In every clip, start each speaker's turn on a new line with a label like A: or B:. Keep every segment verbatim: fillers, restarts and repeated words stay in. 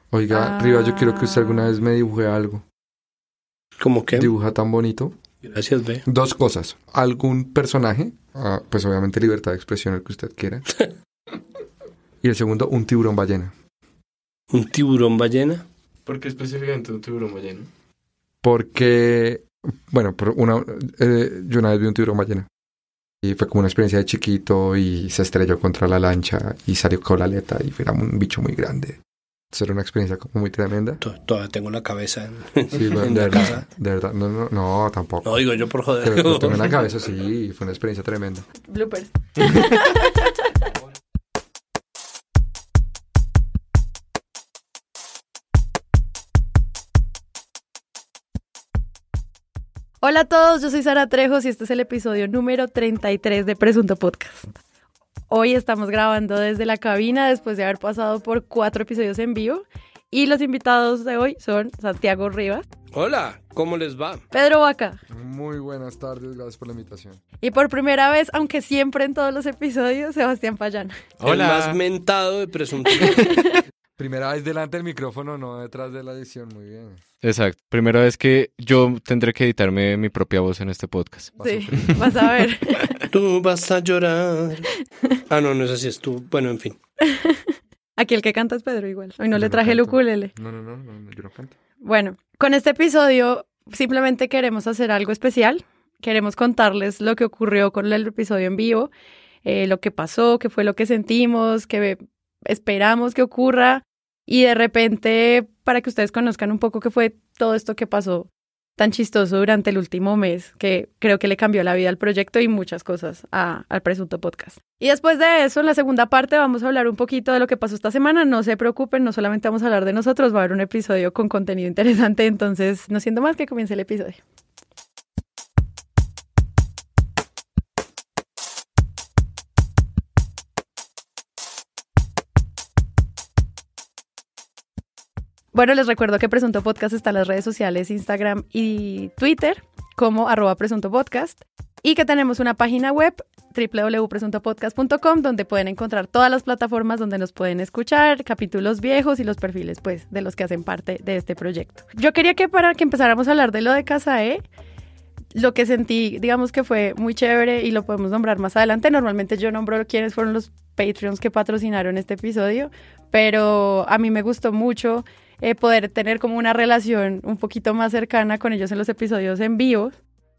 A: Oiga,
B: Ah.
A: Riva, yo quiero que usted alguna vez me dibuje algo.
C: ¿Cómo qué?
A: Dibuja tan bonito.
C: Gracias, B.
A: Dos cosas. Algún personaje, ah, pues obviamente libertad de expresión, el que usted quiera. Y el segundo, un tiburón ballena.
C: ¿Un tiburón ballena?
D: ¿Por qué específicamente un tiburón ballena?
A: Porque, bueno, por una, eh, yo una vez vi un tiburón ballena. Y fue como una experiencia de chiquito y se estrelló contra la lancha y salió con la aleta y era un bicho muy grande. Entonces era una experiencia como muy tremenda.
C: To- Todavía tengo la cabeza en,
A: Sí, bueno,
C: en
A: de
C: la
A: verdad,
C: casa.
A: de verdad, no, no, no, tampoco.
C: No, digo yo por joder.
A: Pero lo tengo en la cabeza, sí, fue una experiencia tremenda.
B: Bloopers. Hola a todos, yo soy Sara Trejos y este es el episodio número treinta y tres de Presunto Podcast. Hoy estamos grabando desde la cabina después de haber pasado por cuatro episodios en vivo y los invitados de hoy son Santiago Rivas,
C: Hola, ¿cómo les va?
B: Pedro Vaca
A: Muy buenas tardes, gracias por la invitación.
B: y por primera vez, aunque siempre en todos los episodios, Sebastián Payán.
C: El más mentado de Presunto.
A: Primera vez delante del micrófono, no detrás de la edición, muy bien.
D: Exacto. Primera vez que yo tendré que editarme mi propia voz en este podcast.
A: Va a
B: Sí,
A: sufrir.
B: vas a ver.
C: Tú vas a llorar. Ah, no, no es así, es tú. Bueno, en fin.
B: Aquí el que canta es Pedro igual. Hoy no
A: Yo
B: le
A: no
B: traje el
A: canto.
B: ukulele.
A: No, no, no, no, no, yo no canto.
B: Bueno, con este episodio simplemente queremos hacer algo especial. Queremos contarles lo que ocurrió con el episodio en vivo, eh, lo que pasó, qué fue lo que sentimos, qué esperamos que ocurra y de repente para que ustedes conozcan un poco qué fue todo esto que pasó tan chistoso durante el último mes, que creo que le cambió la vida al proyecto y muchas cosas a- al Presunto Podcast. Y después de eso, en la segunda parte vamos a hablar un poquito de lo que pasó esta semana. No se preocupen, no solamente vamos a hablar de nosotros, va a haber un episodio con contenido interesante, entonces no siento más que comience el episodio. Bueno, les recuerdo que Presunto Podcast está en las redes sociales Instagram y Twitter como arroba Presunto Podcast y que tenemos una página web doble u doble u doble u punto presunto podcast punto com donde pueden encontrar todas las plataformas donde nos pueden escuchar, capítulos viejos y los perfiles pues de los que hacen parte de este proyecto. Yo quería que para que empezáramos a hablar de lo de Casae, lo que sentí, digamos que fue muy chévere y lo podemos nombrar más adelante. Normalmente yo nombro quiénes fueron los Patreons que patrocinaron este episodio, pero a mí me gustó mucho eh, poder tener como una relación un poquito más cercana con ellos en los episodios en vivo.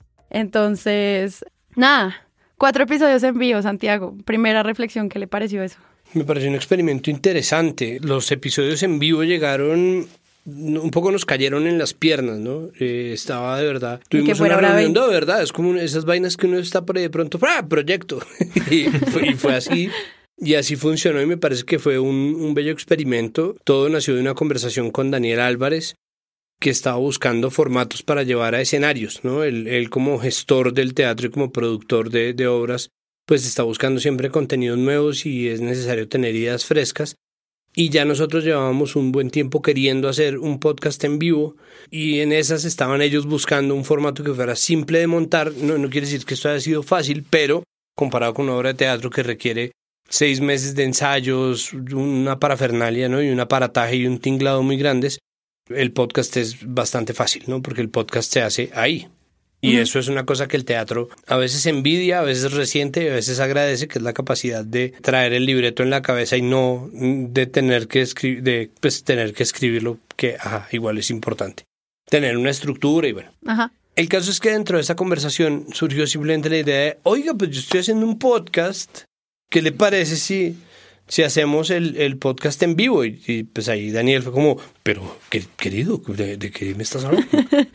B: Entonces, nada, cuatro episodios en vivo, Santiago. Primera reflexión, ¿qué le pareció eso?
C: Me pareció un experimento interesante. Los episodios en vivo llegaron, un poco nos cayeron en las piernas, ¿no? Eh, estaba de verdad. Tuvimos
B: fuera
C: una
B: hora
C: reunión,
B: veinte.
C: no, de verdad, es como esas vainas que uno está por ahí de pronto, ¡ah, proyecto! y, fue, y fue así. Y así funcionó y me parece que fue un, un bello experimento. Todo nació de una conversación con Daniel Álvarez, que estaba buscando formatos para llevar a escenarios, ¿no? Él, él como gestor del teatro y como productor de, de obras, pues está buscando siempre contenidos nuevos y es necesario tener ideas frescas. Y ya nosotros llevábamos un buen tiempo queriendo hacer un podcast en vivo y en esas estaban ellos buscando un formato que fuera simple de montar. No, no quiere decir que esto haya sido fácil, pero comparado con una obra de teatro que requiere seis meses de ensayos, una parafernalia, ¿no? Y un aparataje y un tinglado muy grandes, el podcast es bastante fácil, ¿no? Porque el podcast se hace ahí. Y uh-huh. Eso es una cosa que el teatro a veces envidia, a veces resiente y a veces agradece, que es la capacidad de traer el libreto en la cabeza y no de tener que escribir, de pues tener que escribirlo, que ajá, igual es importante. Tener una estructura y bueno.
B: Ajá.
C: El caso es que dentro de esa conversación surgió simplemente la idea de, oiga, pues yo estoy haciendo un podcast, ¿qué le parece si, si hacemos el, el podcast en vivo? Y, y pues ahí Daniel fue como, pero querido, ¿de, de qué me estás hablando?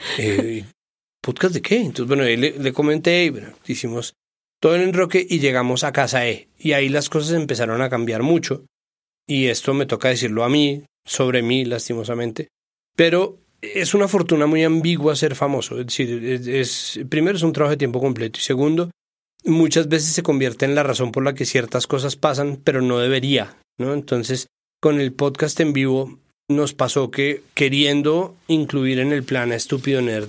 C: eh, ¿Podcast de qué? Entonces, bueno, ahí le, le comenté y bueno, hicimos todo el enroque y llegamos a Casae. Y ahí las cosas empezaron a cambiar mucho. Y esto me toca decirlo a mí, sobre mí, lastimosamente. Pero es una fortuna muy ambigua ser famoso. Es decir, es, es, primero es un trabajo de tiempo completo. Y segundo, muchas veces se convierte en la razón por la que ciertas cosas pasan, pero no debería, ¿no? Entonces, con el podcast en vivo nos pasó que, queriendo incluir en el plan a Estúpido Nerd,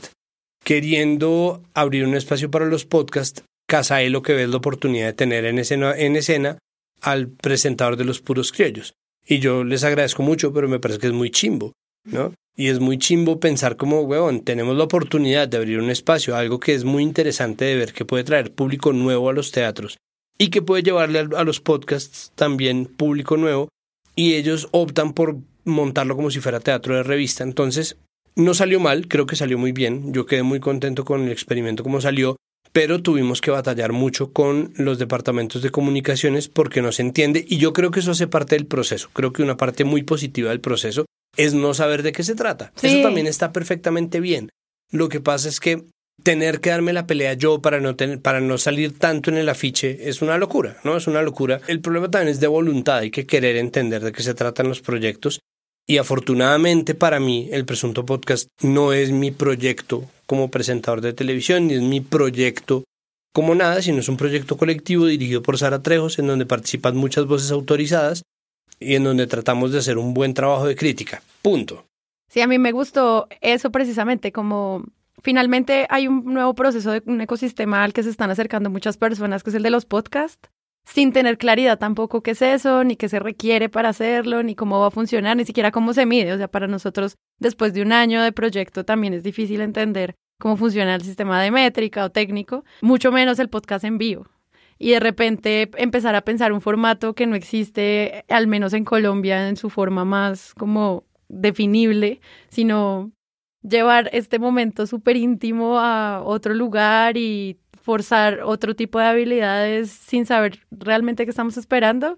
C: queriendo abrir un espacio para los podcasts, Casae lo que ve es la oportunidad de tener en escena, en escena al presentador de Los Puros Criollos. Y yo les agradezco mucho, pero me parece que es muy chimbo, ¿no? Y es muy chimbo pensar como, huevón, tenemos la oportunidad de abrir un espacio, algo que es muy interesante de ver, que puede traer público nuevo a los teatros y que puede llevarle a, a los podcasts también público nuevo, y ellos optan por montarlo como si fuera teatro de revista. Entonces, no salió mal, creo que salió muy bien, yo quedé muy contento con el experimento como salió, pero tuvimos que batallar mucho con los departamentos de comunicaciones porque no se entiende, y yo creo que eso hace parte del proceso. Creo que una parte muy positiva del proceso es no saber de qué se trata. Sí. Eso también está perfectamente bien. Lo que pasa es que tener que darme la pelea yo para no tener, para no salir tanto en el afiche es una locura, ¿no? Es una locura. El problema también es de voluntad, hay que querer entender de qué se tratan los proyectos, y afortunadamente para mí el Presunto Podcast no es mi proyecto como presentador de televisión, ni es mi proyecto como nada, sino es un proyecto colectivo dirigido por Sara Trejos, en donde participan muchas voces autorizadas y en donde tratamos de hacer un buen trabajo de crítica. Punto.
B: Sí, a mí me gustó eso precisamente, como finalmente hay un nuevo proceso de un ecosistema al que se están acercando muchas personas, que es el de los podcasts, sin tener claridad tampoco qué es eso, ni qué se requiere para hacerlo, ni cómo va a funcionar, ni siquiera cómo se mide. O sea, para nosotros, después de un año de proyecto, también es difícil entender cómo funciona el sistema de métrica o técnico, mucho menos el podcast en vivo. Y de repente empezar a pensar un formato que no existe, al menos en Colombia, en su forma más como definible, sino llevar este momento súper íntimo a otro lugar y forzar otro tipo de habilidades sin saber realmente qué estamos esperando.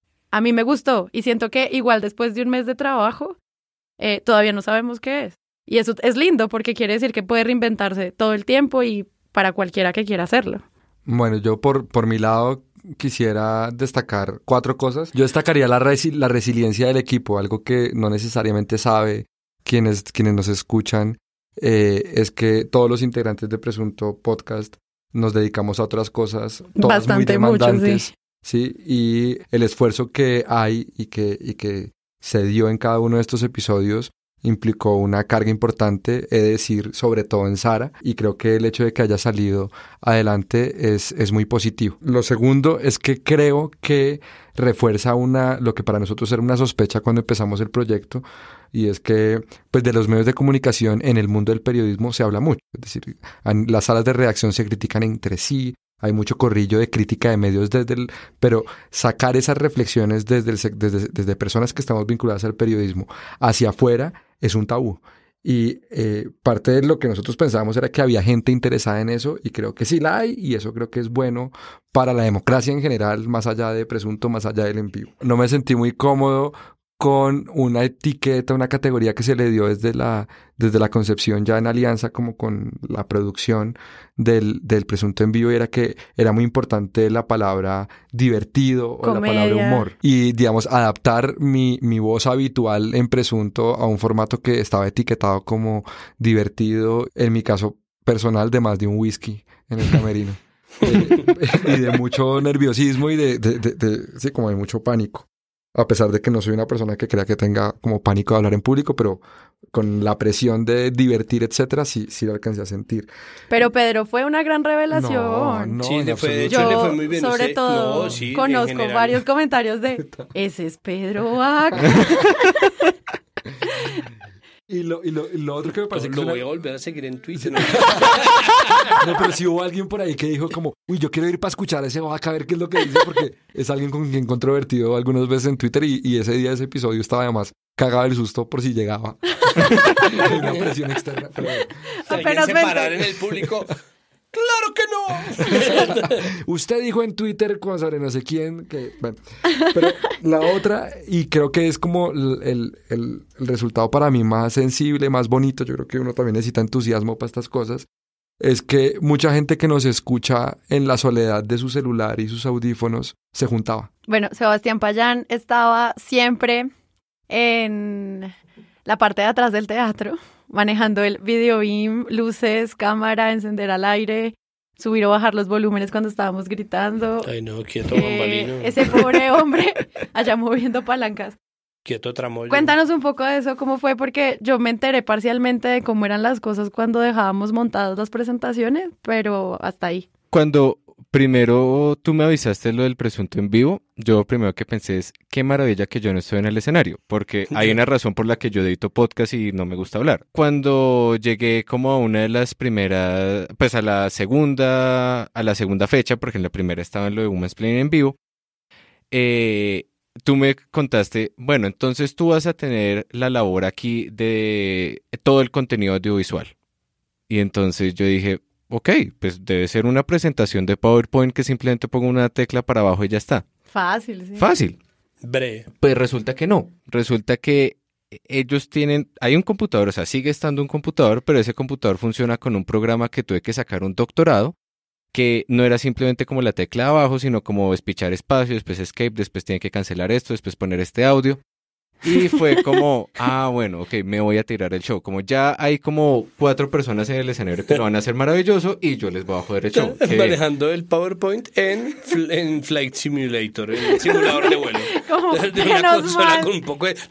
B: A mí me gustó y siento que igual después de un mes de trabajo eh, todavía no sabemos qué es. Y eso es lindo porque quiere decir que puede reinventarse todo el tiempo y para cualquiera que quiera hacerlo.
A: Bueno, yo por, por mi lado quisiera destacar cuatro cosas. Yo destacaría la, resi- la resiliencia del equipo, algo que no necesariamente sabe quienes, quienes nos escuchan, eh, es que todos los integrantes de Presunto Podcast nos dedicamos a otras cosas, todas muy demandantes, mucho, sí. ¿sí? Y el esfuerzo que hay y que, y que se dio en cada uno de estos episodios implicó una carga importante, he de decir, sobre todo en Sara, y creo que el hecho de que haya salido adelante es, es muy positivo. Lo segundo es que creo que refuerza una, lo que para nosotros era una sospecha cuando empezamos el proyecto, y es que pues de los medios de comunicación en el mundo del periodismo se habla mucho, es decir, las salas de redacción se critican entre sí, hay mucho corrillo de crítica de medios desde el, pero sacar esas reflexiones desde, el, desde, desde personas que estamos vinculadas al periodismo hacia afuera es un tabú. Y eh, parte de lo que nosotros pensábamos era que había gente interesada en eso, y creo que sí la hay, y eso creo que es bueno para la democracia en general, más allá de Presunto, más allá del en vivo. No me sentí muy cómodo con una etiqueta, una categoría que se le dio desde la, desde la concepción ya en alianza como con la producción del, del Presunto en vivo, y era que era muy importante la palabra divertido o Comedia. La palabra humor. Y, digamos, adaptar mi, mi voz habitual en Presunto a un formato que estaba etiquetado como divertido, en mi caso personal, de más de un whisky en el camerino. eh, y de mucho nerviosismo y de, de, de, de, de, sí, como de mucho pánico. A pesar de que no soy una persona que crea que tenga como pánico de hablar en público, pero con la presión de divertir, etcétera, sí, sí lo alcancé a sentir.
B: Pero Pedro, fue una gran revelación.
A: No, no,
C: sí, le fue, de hecho,
B: yo,
C: le fue muy bien.
B: Sobre
C: Usted,
B: todo,
C: no, sí,
B: conozco varios comentarios de, ese es Pedro Vaca.
A: Y lo, y, lo, y lo otro que me parece
C: no,
A: que...
C: Lo
A: una...
C: voy a volver a seguir en Twitter. ¿No?
A: No, pero sí hubo alguien por ahí que dijo como, uy, yo quiero ir para escuchar a ese Vaca a ver qué es lo que dice, porque es alguien con quien controvertido algunas veces en Twitter, y, y ese día, ese episodio estaba además cagado el susto por si llegaba. Una presión externa. Pero...
C: Apenas se parar en el público... ¡Claro que no!
A: Usted dijo en Twitter con sobre no sé quién que... Bueno, pero la otra, y creo que es como el, el, el, el resultado para mí más sensible, más bonito, yo creo que uno también necesita entusiasmo para estas cosas, es que mucha gente que nos escucha en la soledad de su celular y sus audífonos se juntaba.
B: Bueno, Sebastián Payán estaba siempre en la parte de atrás del teatro, manejando el video beam, luces, cámara, encender al aire, subir o bajar los volúmenes cuando estábamos gritando.
C: Ay, no, quieto,
B: eh,
C: bambalino.
B: Ese pobre hombre allá moviendo palancas.
C: Quieto, tramollo.
B: Cuéntanos un poco de eso, cómo fue, porque yo me enteré parcialmente de cómo eran las cosas cuando dejábamos montadas las presentaciones, pero hasta ahí.
D: Cuando primero tú me avisaste lo del Presunto en vivo, yo primero que pensé es, qué maravilla que yo no estoy en el escenario, porque hay una razón por la que yo edito podcast y no me gusta hablar. Cuando llegué como a una de las primeras, pues a la segunda, a la segunda fecha, porque en la primera estaba en lo de Women's Planning en vivo, eh, tú me contaste, bueno, entonces tú vas a tener la labor aquí de todo el contenido audiovisual. Y entonces yo dije, ok, pues debe ser una presentación de PowerPoint que simplemente pongo una tecla para abajo y ya está.
B: Fácil, sí.
D: Fácil.
C: Breve.
D: Pues resulta que no. Resulta que ellos tienen, hay un computador, o sea, sigue estando un computador, pero ese computador funciona con un programa que tuve que sacar un doctorado, que no era simplemente como la tecla de abajo, sino como despichar espacio, después escape, después tiene que cancelar esto, después poner este audio. Y fue como, ah, bueno, ok, me voy a tirar el show. Como ya hay como cuatro personas en el escenario que lo van a hacer maravilloso y yo les voy a joder el show. Que...
C: Manejando el PowerPoint en, fl- en Flight Simulator, en el simulador de vuelo.
B: Como
C: de una
B: menos
C: consola
B: mal.
C: con un poco de...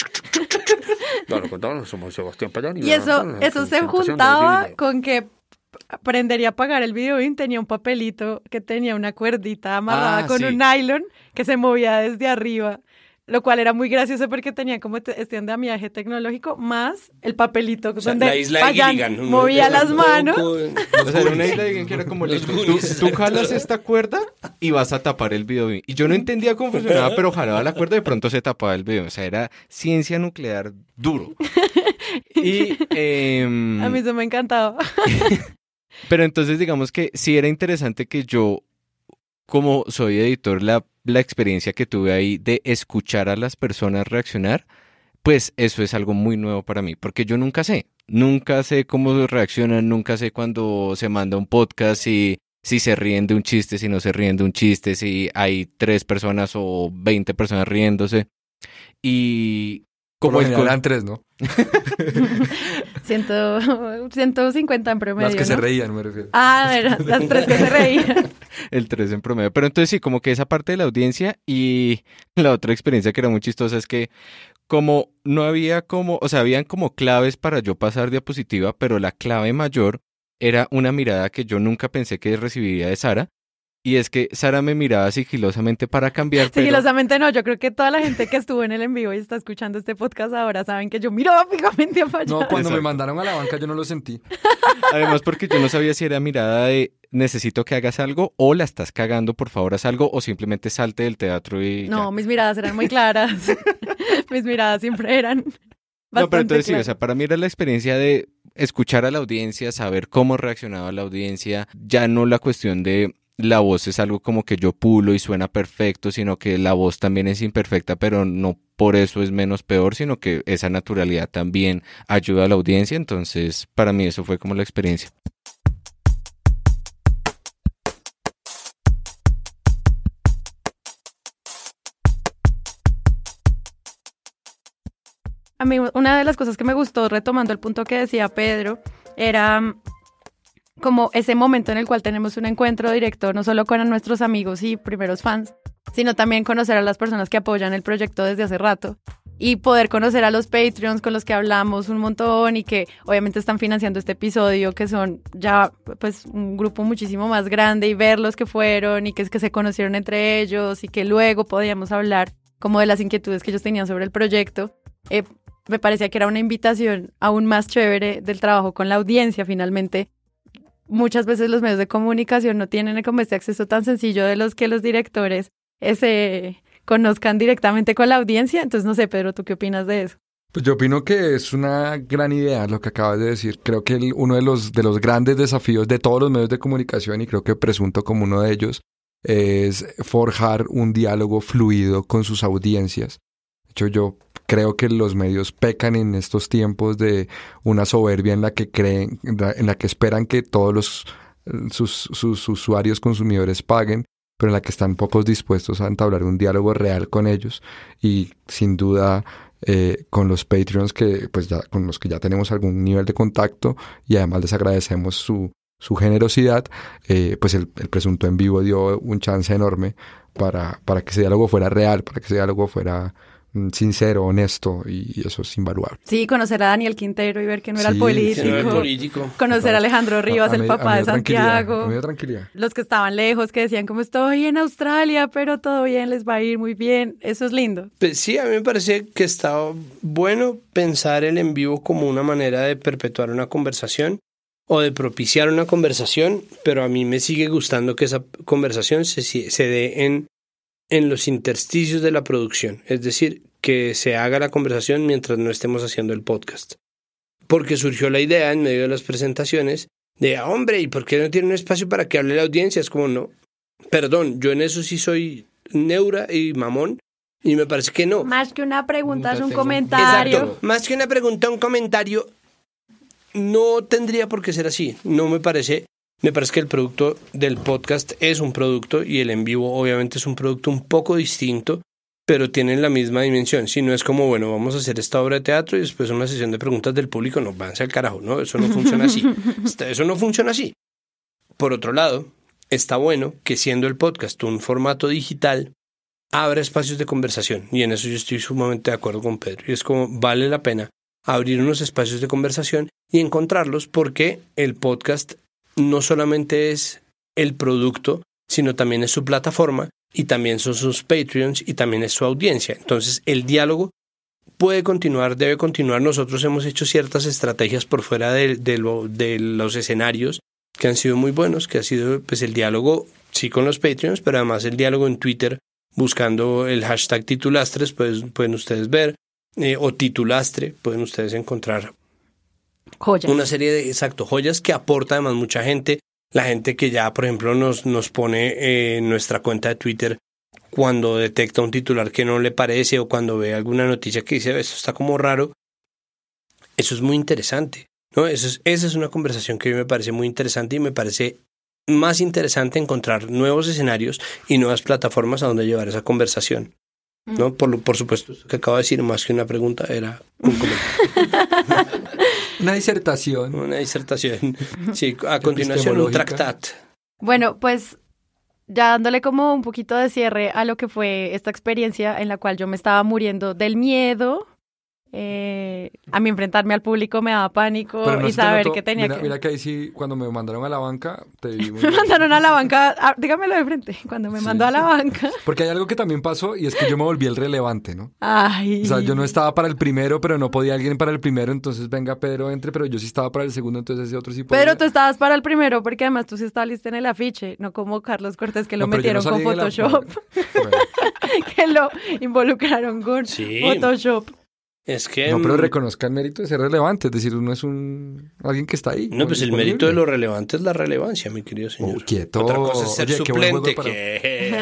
E: Claro, contamos, somos Sebastián Payán.
B: Y eso, eso se juntaba con que prendería a apagar el video y tenía un papelito que tenía una cuerdita amarrada
D: Ah,
B: con
D: sí.
B: un nylon que se movía desde arriba, lo cual era muy gracioso porque tenía como te- este andamiaje tecnológico más el papelito
C: O sea,
B: donde
C: la isla de
B: Payán
C: Gilligan. un-
B: movía
C: un
B: las
C: poco-
B: manos.
D: O sea, era una isla de que era como,
C: Los
D: listo, tú,
C: Goonies.
D: tú jalas esta cuerda y vas a tapar el video. Y yo no entendía cómo funcionaba, pero jalaba la cuerda y de pronto se tapaba el video. O sea, era ciencia nuclear duro. Y, em,
B: A mí eso me encantaba.
D: pero entonces digamos que sí era interesante que yo, como soy editor, la, la experiencia que tuve ahí de escuchar a las personas reaccionar, pues eso es algo muy nuevo para mí, porque yo nunca sé, nunca sé cómo reaccionan, nunca sé cuando se manda un podcast, si, si se ríen de un chiste, si no se ríen de un chiste, si hay tres personas o veinte personas riéndose. Y
A: Como
D: como
A: en
D: el
A: general
D: con-
A: eran tres, ¿no?
B: Ciento, ciento cincuenta en promedio,
A: Las que se
B: ¿no?
A: reían, me refiero.
B: Ah, era, las tres que se reían.
D: el tres en promedio. Pero entonces sí, como que esa parte de la audiencia y la otra experiencia que era muy chistosa es que como no había como, o sea, habían como claves para yo pasar diapositiva, pero la clave mayor era una mirada que yo nunca pensé que recibiría de Sara. Y es que Sara me miraba sigilosamente para cambiar, pero...
B: Sigilosamente no, yo creo que toda la gente que estuvo en el en vivo y está escuchando este podcast ahora saben que yo miraba fijamente a Payán.
A: No, cuando
D: Exacto.
A: me mandaron a la banca yo no lo sentí.
D: Además porque yo no sabía si era mirada de necesito que hagas algo o la estás cagando, por favor haz algo, o simplemente salte del teatro y
B: No,
D: ya.
B: mis miradas eran muy claras. Mis miradas siempre eran bastante
D: No, pero entonces sí, o
B: claras.
D: sea, para mí era la experiencia de escuchar a la audiencia, saber cómo reaccionaba la audiencia, ya no la cuestión de la voz es algo como que yo pulo y suena perfecto, sino que la voz también es imperfecta, pero no por eso es menos peor, sino que esa naturalidad también ayuda a la audiencia, entonces para mí eso fue como la experiencia.
B: A mí una de las cosas que me gustó, retomando el punto que decía Pedro, era mm, como ese momento en el cual tenemos un encuentro directo, no solo con nuestros amigos y primeros fans, sino también conocer a las personas que apoyan el proyecto desde hace rato y poder conocer a los Patreons con los que hablamos un montón y que obviamente están financiando este episodio, que son ya pues un grupo muchísimo más grande, y ver los que fueron y que, que se conocieron entre ellos y que luego podíamos hablar como de las inquietudes que ellos tenían sobre el proyecto. Eh, me parecía que era una invitación aún más chévere del trabajo con la audiencia. Finalmente, muchas veces los medios de comunicación no tienen como este acceso tan sencillo de los que los directores eh, se conozcan directamente con la audiencia. Entonces, no sé, Pedro, ¿tú qué opinas de eso?
A: Pues yo opino que es una gran idea lo que acabas de decir. Creo que el- uno de los, de los grandes desafíos de todos los medios de comunicación, y creo que Presunto como uno de ellos, es forjar un diálogo fluido con sus audiencias. De hecho, yo creo que los medios pecan en estos tiempos de una soberbia en la que creen, en la, en la que esperan que todos los eh, sus, sus usuarios consumidores paguen, pero en la que están pocos dispuestos a entablar un diálogo real con ellos. Y sin duda eh, con los Patreons que pues ya con los que ya tenemos algún nivel de contacto, y además les agradecemos su su generosidad, eh, pues el, el Presunto en Vivo dio un chance enorme para, para que ese diálogo fuera real, para que ese diálogo fuera sincero, honesto, y eso es invaluable.
B: Sí, conocer a Daniel Quintero y ver que no era
A: Sí,
B: el político.
C: Que no era el político.
B: Conocer a Alejandro Rivas,
A: A- a
B: el
A: mí-
B: papá
A: a mí
B: de
A: da tranquilidad,
B: Santiago.
A: a mí da tranquilidad.
B: Los que estaban lejos, que decían como estoy en Australia, pero todo bien, les va a ir muy bien. Eso es lindo.
C: Pues sí, a mí me parece que está bueno pensar el en vivo como una manera de perpetuar una conversación o de propiciar una conversación, pero a mí me sigue gustando que esa conversación se, se dé en, en los intersticios de la producción, es decir, que se haga la conversación mientras no estemos haciendo el podcast. Porque surgió la idea en medio de las presentaciones de, hombre, ¿y por qué no tiene un espacio para que hable la audiencia? Es como, no, perdón, yo en eso sí soy neura y mamón, y me parece que no.
B: Más que una pregunta, es un
D: Tengo-
B: comentario.
C: Exacto. Más que una pregunta, un comentario, no tendría por qué ser así. No me parece. Me parece que el producto del podcast es un producto y el en vivo obviamente es un producto un poco distinto, pero tienen la misma dimensión. Si no es como, bueno, vamos a hacer esta obra de teatro y después una sesión de preguntas del público, no, váyanse al carajo, no, eso no funciona así. Eso no funciona así. Por otro lado, está bueno que siendo el podcast un formato digital, abra espacios de conversación, y en eso yo estoy sumamente de acuerdo con Pedro, y es como vale la pena abrir unos espacios de conversación y encontrarlos, porque el podcast no solamente es el producto, sino también es su plataforma, y también son sus Patreons, y también es su audiencia. Entonces el diálogo puede continuar, debe continuar. Nosotros hemos hecho ciertas estrategias por fuera de, de, lo, de los escenarios que han sido muy buenos, que ha sido pues el diálogo, sí, con los Patreons, pero además el diálogo en Twitter, buscando el hashtag Titulastres, pues, pueden ustedes ver, eh, o Titulastre, pueden ustedes encontrar
B: Joyas.
C: una serie de, exacto, joyas que aporta además mucha gente, la gente que ya, por ejemplo, nos, nos pone eh, en nuestra cuenta de Twitter cuando detecta un titular que no le parece o cuando ve alguna noticia que dice, eso está como raro. Eso es muy interesante, ¿no? Eso es, esa es una conversación que a mí me parece muy interesante, y me parece más interesante encontrar nuevos escenarios y nuevas plataformas a donde llevar esa conversación, ¿no? Por, por supuesto, lo que acabo de decir, más que una pregunta, era un comentario.
A: Una disertación.
C: Una disertación. Sí, a continuación un
A: Epistemológica.
C: tractat.
B: Bueno, pues ya dándole como un poquito de cierre a lo que fue esta experiencia en la cual yo me estaba muriendo del miedo. Eh, a mí enfrentarme al público me daba pánico
A: Pero no
B: y
A: se te
B: saber
A: notó-
B: que tenía
A: mira,
B: que...
A: Mira que ahí sí, cuando me mandaron a la banca, te vi muy
B: Me
A: bien.
B: mandaron a la banca, ah, dígamelo de frente, cuando me
A: Sí.
B: mandó a la banca.
A: Porque hay algo que también pasó, y es que yo me volví el relevante, ¿no?
B: Ay.
A: O sea, yo no estaba para el primero, pero no podía alguien para el primero, entonces venga Pedro, entre, pero yo sí estaba para el segundo, entonces ese otro sí podía.
B: Pero tú estabas para el primero, porque además tú sí estabas lista en el afiche, no como Carlos Cortés, que lo
A: No, pero yo no
B: metieron con
A: salí de la-
B: Photoshop,
A: Bueno,
B: que lo involucraron con
C: Sí.
B: Photoshop.
C: Es que...
A: no, pero
C: mm,
A: reconozca el mérito de ser relevante, es decir, uno es un alguien que está ahí.
C: No, pues el
A: disponible.
C: mérito de lo relevante es la relevancia, mi querido señor.
A: Oh, quieto.
C: Otra cosa es ser
A: Oye, qué buen
C: suplente.
A: juego para-
C: Que...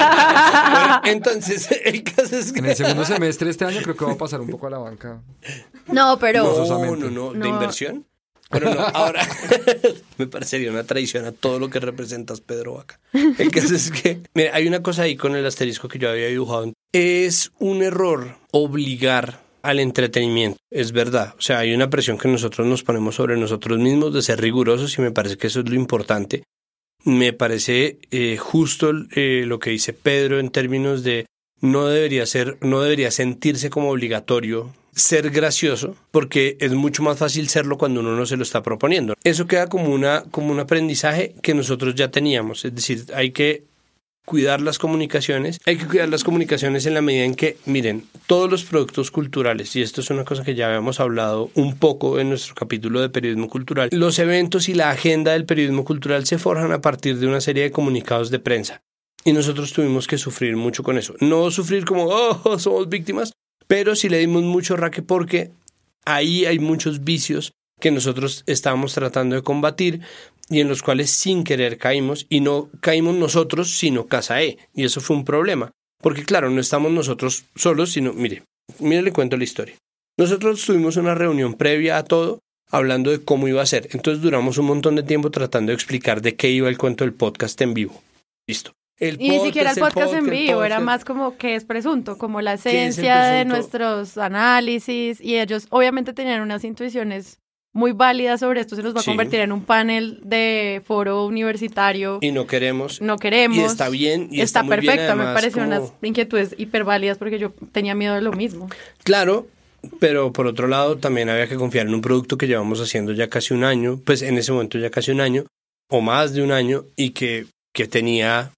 C: Bueno, entonces, el caso es que...
A: En el segundo semestre de este año creo que va a pasar un poco a la banca.
B: No, pero...
C: No,
A: Forzosamente.
C: no, no, ¿de
B: No.
C: inversión? Pero no, ahora me parecería una traición a todo lo que representas, Pedro Vaca. El caso es que, mira, hay una cosa ahí con el asterisco que yo había dibujado. Es un error obligar al entretenimiento, es verdad. O sea, hay una presión que nosotros nos ponemos sobre nosotros mismos de ser rigurosos, y me parece que eso es lo importante. Me parece eh, justo eh, lo que dice Pedro en términos de no debería ser, no debería sentirse como obligatorio ser gracioso, porque es mucho más fácil serlo cuando uno no se lo está proponiendo. Eso queda como una, como un aprendizaje que nosotros ya teníamos, es decir, hay que cuidar las comunicaciones, hay que cuidar las comunicaciones en la medida en que, miren, todos los productos culturales, y esto es una cosa que ya habíamos hablado un poco en nuestro capítulo de periodismo cultural, los eventos y la agenda del periodismo cultural se forjan a partir de una serie de comunicados de prensa. Y nosotros tuvimos que sufrir mucho con eso. No sufrir como, oh, somos víctimas, pero sí le dimos mucho raque, porque ahí hay muchos vicios que nosotros estábamos tratando de combatir y en los cuales sin querer caímos, y no caímos nosotros, sino Casa E. Y eso fue un problema, porque claro, no estamos nosotros solos, sino, mire, mire, le cuento la historia. Nosotros tuvimos una reunión previa a todo, hablando de cómo iba a ser. Entonces duramos un montón de tiempo tratando de explicar de qué iba el cuento del podcast en vivo. Listo. El
B: Y ni siquiera el podcast, en
C: el
B: vivo, era
C: podcast.
B: más como que es presunto, como la
C: ¿Qué es el
B: esencia de
C: presunto?
B: nuestros análisis, y ellos obviamente tenían unas intuiciones muy válidas sobre esto, se nos va a
C: Sí.
B: convertir en un panel de foro universitario.
C: Y no queremos.
B: No queremos.
C: Y está bien. Y está,
B: está
C: muy bien,
B: perfecto, me
C: además,
B: parecen
C: como-
B: unas inquietudes hiper válidas porque yo tenía miedo de lo mismo.
C: Claro, pero por otro lado también había que confiar en un producto que llevamos haciendo ya casi un año, pues en ese momento ya casi un año, o más de un año, y que, que tenía,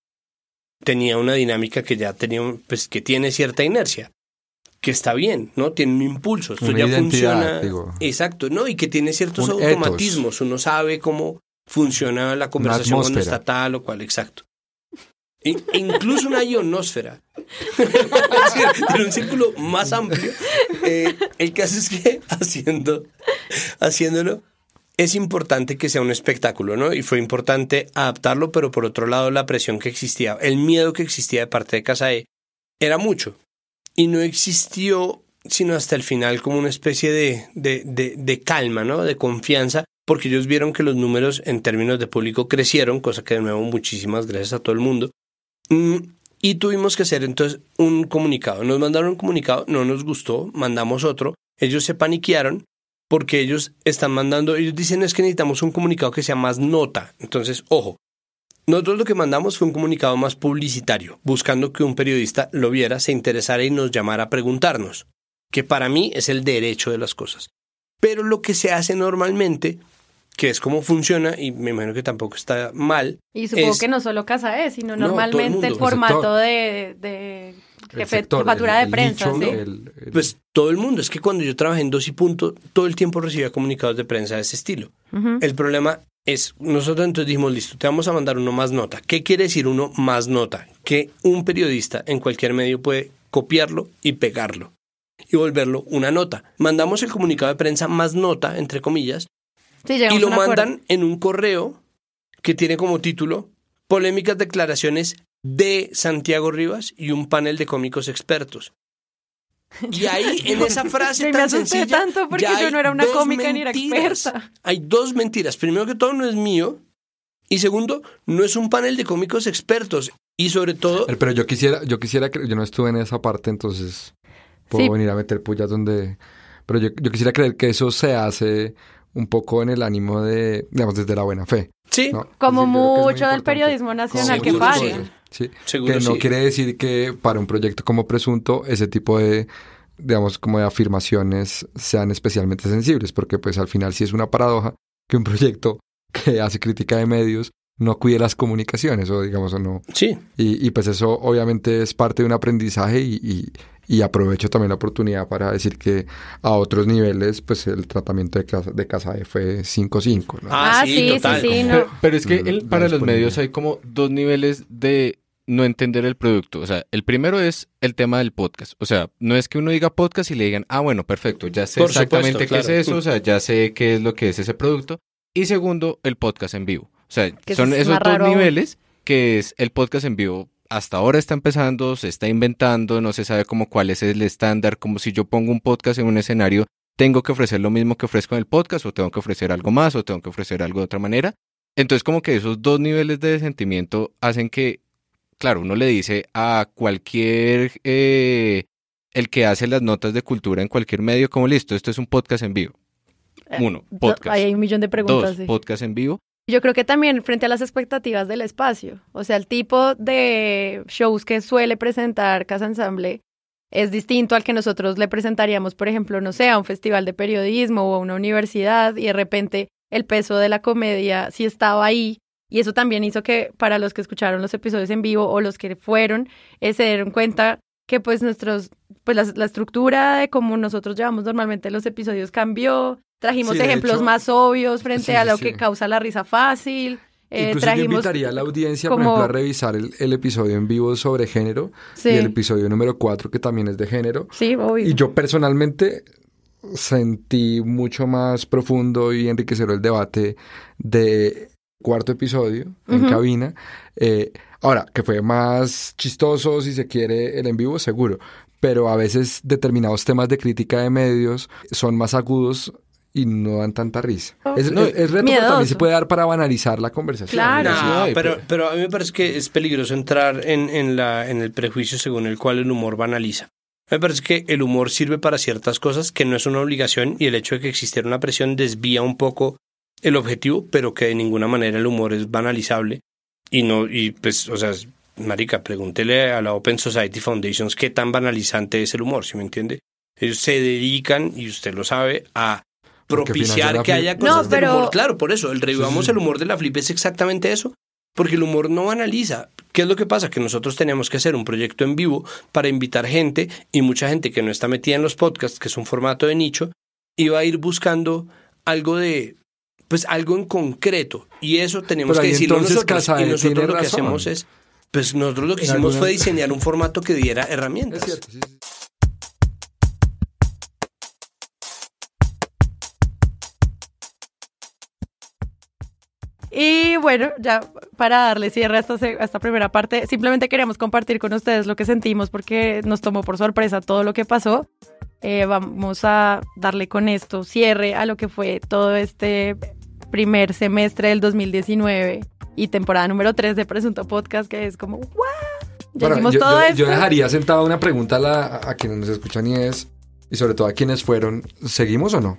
C: tenía una dinámica que ya tenía, un- pues que tiene cierta inercia. Que está bien, ¿no? Tiene un impulso, esto
A: Una
C: ya
A: identidad,
C: funciona.
A: digo.
C: Exacto, ¿no? Y que tiene ciertos
A: Un
C: automatismos, uno sabe cómo funciona la conversación cuando
A: atmósfera.
C: está tal o cual, exacto. E, e incluso una ionosfera. Es decir, en un círculo más amplio. Eh, el caso es que haciendo, haciéndolo, es importante que sea un espectáculo, ¿no? Y fue importante adaptarlo, pero por otro lado la presión que existía, el miedo que existía de parte de Casae era mucho. Y no existió sino hasta el final como una especie de, de, de, de calma, ¿no? De confianza, porque ellos vieron que los números en términos de público crecieron, cosa que de nuevo muchísimas gracias a todo el mundo. Mm, y tuvimos que hacer entonces un comunicado. Nos mandaron un comunicado, no nos gustó, mandamos otro. Ellos se paniquearon porque ellos están mandando, ellos dicen es que necesitamos un comunicado que sea más nota. Entonces, ojo. Nosotros lo que mandamos fue un comunicado más publicitario, buscando que un periodista lo viera, se interesara y nos llamara a preguntarnos, que para mí es el derecho de las cosas. Pero lo que se hace normalmente, que es cómo funciona, y me imagino que tampoco está mal.
B: Y supongo
C: es,
B: que no solo Casae, sino
C: No,
B: normalmente
C: todo el
B: el,
C: mundo.
B: formato
A: El
B: de, de jefe-
A: El sector,
B: jefatura
A: el-
B: de
A: el
B: prensa.
A: nicho,
B: ¿sí?
A: el- el-
C: Pues todo el mundo. Es que cuando yo trabajé en Dos y Punto, todo el tiempo recibía comunicados de prensa de ese estilo.
B: Ujú.
C: El problema es, nosotros entonces dijimos, listo, te vamos a mandar uno más nota. ¿Qué quiere decir uno más nota? Que un periodista en cualquier medio puede copiarlo y pegarlo y volverlo una nota. Mandamos el comunicado de prensa más nota, entre comillas,
B: Sí, llegamos
C: y lo
B: a un acuerdo.
C: mandan en un correo que tiene como título Polémicas declaraciones de Santiago Rivas y un panel de cómicos expertos. Y ahí, en esa frase
B: Yo me
C: tan
B: asusté
C: sencilla,
B: tanto porque
C: ya
B: yo
C: hay
B: no era una
C: dos
B: cómica ni era
C: mentiras.
B: experta.
C: Hay dos mentiras. Primero que todo, no es mío. Y segundo, no es un panel de cómicos expertos. Y sobre todo,
A: Pero yo quisiera, yo quisiera que yo no estuve en esa parte, entonces puedo
B: Sí.
A: venir a meter pullas donde. Pero yo, yo quisiera creer que eso se hace un poco en el ánimo de, digamos, desde la buena fe.
C: sí,
A: ¿no?
B: Como
A: Es decir, yo creo que es muy
B: mucho del
A: importante.
B: periodismo nacional
C: Como
B: que
C: muchas
B: falla.
C: cosas.
A: Sí,
C: seguro
A: que no
C: sí.
A: quiere decir que para un proyecto como Presunto ese tipo de, digamos, como de afirmaciones sean especialmente sensibles, porque pues al final sí es una paradoja que un proyecto que hace crítica de medios no cuide las comunicaciones o digamos o no.
C: Sí,
A: Y, y pues eso obviamente es parte de un aprendizaje y, y, y aprovecho también la oportunidad para decir que a otros niveles pues el tratamiento de, casa, de Casae fue cinco cinco, ¿no?
C: Ah,
B: Ah,
C: sí,
B: sí, sí,
C: total.
B: sí, no.
D: Pero, pero es que
A: La
D: el- para los
A: disponibilidad.
D: medios hay como dos niveles de no entender el producto. O sea, el primero es el tema del podcast. O sea, no es que uno diga podcast y le digan, ah, bueno, perfecto, ya sé
C: Por
D: exactamente
C: supuesto,
D: qué
C: claro.
D: es eso, o sea, ya sé qué es lo que es ese producto. Y segundo, el podcast en vivo. O sea,
B: Que
D: son
B: eso es
D: esos
B: más
D: dos
B: raro aún.
D: niveles que es el podcast en vivo. Hasta ahora está empezando, se está inventando, no se sabe como cuál es el estándar, como si yo pongo un podcast en un escenario, tengo que ofrecer lo mismo que ofrezco en el podcast, o tengo que ofrecer algo más, o tengo que ofrecer algo de otra manera. Entonces como que esos dos niveles de sentimiento hacen que, claro, uno le dice a cualquier, eh, el que hace las notas de cultura en cualquier medio, como listo, esto es un podcast en vivo. Uno,
B: Do-
D: podcast.
B: Ahí hay un millón de preguntas.
D: Dos,
B: sí.
D: podcast en vivo.
B: Yo creo que también frente a las expectativas del espacio, o sea, el tipo de shows que suele presentar Casa Ensamble es distinto al que nosotros le presentaríamos, por ejemplo, no sé, a un festival de periodismo o a una universidad y de repente el peso de la comedia sí estaba ahí y eso también hizo que para los que escucharon los episodios en vivo o los que fueron, eh, se dieron cuenta que pues nuestros, pues la, la estructura de cómo nosotros llevamos normalmente los episodios cambió. Trajimos
A: Sí, de
B: ejemplos
A: hecho-
B: más obvios frente
A: Sí,
B: a
A: sí,
B: lo
A: sí.
B: que causa la risa fácil. Eh,
A: Incluso yo
B: trajimos
A: invitaría a la audiencia, por
B: como-
A: ejemplo, a revisar el, el episodio en vivo sobre género
B: Sí,
A: y el episodio número cuatro que también es de género.
B: sí, obvio.
A: Y yo personalmente sentí mucho más profundo y enriquecedor el debate de cuarto episodio en
B: Ujú.
A: cabina. Eh, ahora, que fue más chistoso, si se quiere, el en vivo, seguro. Pero a veces determinados temas de crítica de medios son más agudos y no dan tanta risa. Es,
D: No,
A: es- es reto, pero
B: miedoso.
A: también se puede dar para banalizar la conversación.
B: Claro.
A: ¿no?
D: Sí,
C: No,
D: hay,
C: pero,
D: pero-
C: pero a mí me parece que es peligroso entrar en, en, la, en el prejuicio según el cual el humor banaliza. Me parece que el humor sirve para ciertas cosas que no es una obligación y el hecho de que existiera una presión desvía un poco el objetivo, pero que de ninguna manera el humor es banalizable y no, y pues, o sea, marica, pregúntele a la Open Society Foundations qué tan banalizante es el humor, ¿sí me entiende? Ellos se dedican, y usted lo sabe, a propiciar que haya cosas
B: no, pero...
C: del humor. Claro, por eso, el revivamos
A: sí, sí.
C: el humor de la Flip es exactamente eso, porque el humor no banaliza. ¿Qué es lo que pasa? Que nosotros teníamos que hacer un proyecto en vivo para invitar gente, y mucha gente que no está metida en los podcasts, que es un formato de nicho, iba a ir buscando algo de... pues algo en concreto, y eso tenemos
A: Pero
C: que
A: ahí
C: decirlo
A: entonces
C: nosotros,
A: Casae
C: y nosotros
A: tiene
C: lo que
A: razón.
C: hacemos es, pues nosotros lo que
A: En
C: hicimos
A: algunas-
C: fue diseñar un formato que diera herramientas.
A: Es cierto, sí, sí.
B: Y bueno, ya para darle cierre a esta, se- a esta primera parte, simplemente queríamos compartir con ustedes lo que sentimos porque nos tomó por sorpresa todo lo que pasó. Eh, vamos a darle con esto cierre a lo que fue todo este primer semestre del dos mil diecinueve y temporada número tres de Presunto Podcast, que es como, ¡wow! Ya
A: Bueno,
B: hicimos
A: yo,
B: todo
A: yo-
B: esto.
A: yo dejaría sentada una pregunta a, la- a quienes nos escuchan y es, y sobre todo a quienes fueron, ¿seguimos o no?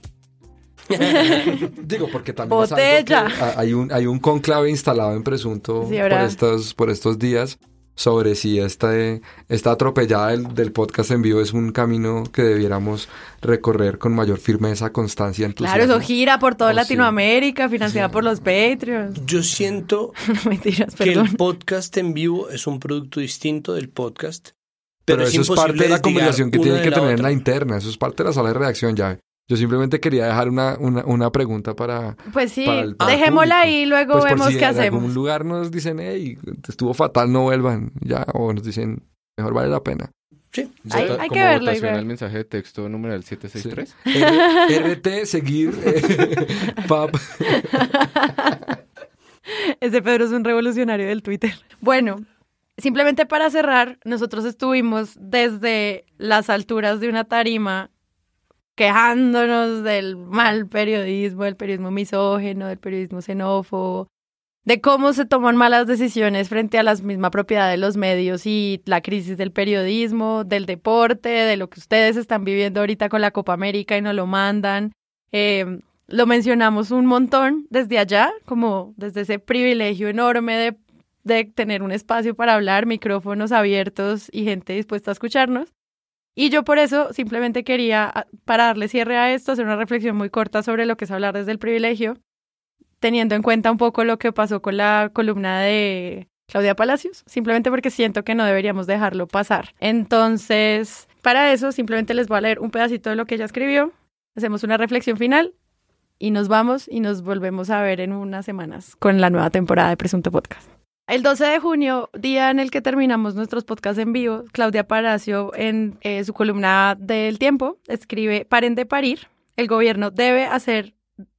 A: Digo, porque también es algo
B: Botella.
A: que a- hay un, hay un conclave instalado en Presunto
B: Sí,
A: por
B: ahora.
A: estos, por estos días sobre si este, esta atropellada del, del podcast en vivo es un camino que debiéramos recorrer con mayor firmeza, constancia, entusiasmo.
B: Claro, eso gira por toda
A: Oh, sí.
B: Latinoamérica, financiada por los Patreons.
C: Yo siento
B: No, mentiras,
C: que
B: perdón.
C: el podcast en vivo es un producto distinto del podcast,
A: Pero,
C: pero,
A: eso es parte de la conversación que tienen que tener en la interna, eso es parte de la sala de redacción ya. Yo simplemente quería dejar una, una, una pregunta para...
B: Pues sí,
A: para el- para el
B: dejémosla
A: público.
B: ahí y luego
A: Pues por
B: vemos
A: si
B: qué
A: en
B: hacemos.
A: algún lugar nos dicen, hey, estuvo fatal, no vuelvan, ya, o nos dicen, mejor vale la pena.
C: Sí.
B: Hay-
D: Vota-
B: hay que
D: como
B: verlo y
D: votación
B: ver.
D: al mensaje de texto numeral siete seis tres.
A: R- RT, seguir, eh, pap.
B: Ese Pedro es un revolucionario del Twitter. Bueno, simplemente para cerrar, nosotros estuvimos desde las alturas de una tarima quejándonos del mal periodismo, del periodismo misógino, del periodismo xenófobo, de cómo se toman malas decisiones frente a la misma propiedad de los medios y la crisis del periodismo, del deporte, de lo que ustedes están viviendo ahorita con la Copa América y nos lo mandan. Eh, lo mencionamos un montón desde allá, como desde ese privilegio enorme de, de tener un espacio para hablar, micrófonos abiertos y gente dispuesta a escucharnos. Y yo por eso simplemente quería, para darle cierre a esto, hacer una reflexión muy corta sobre lo que es hablar desde el privilegio, teniendo en cuenta un poco lo que pasó con la columna de Claudia Palacios, simplemente porque siento que no deberíamos dejarlo pasar. Entonces, para eso simplemente les voy a leer un pedacito de lo que ella escribió, hacemos una reflexión final y nos vamos y nos volvemos a ver en unas semanas con la nueva temporada de Presunto Podcast. El doce de junio, día en el que terminamos nuestros podcasts en vivo, Claudia Palacio en eh, su columna del Tiempo escribe: paren de parir, el gobierno debe hacer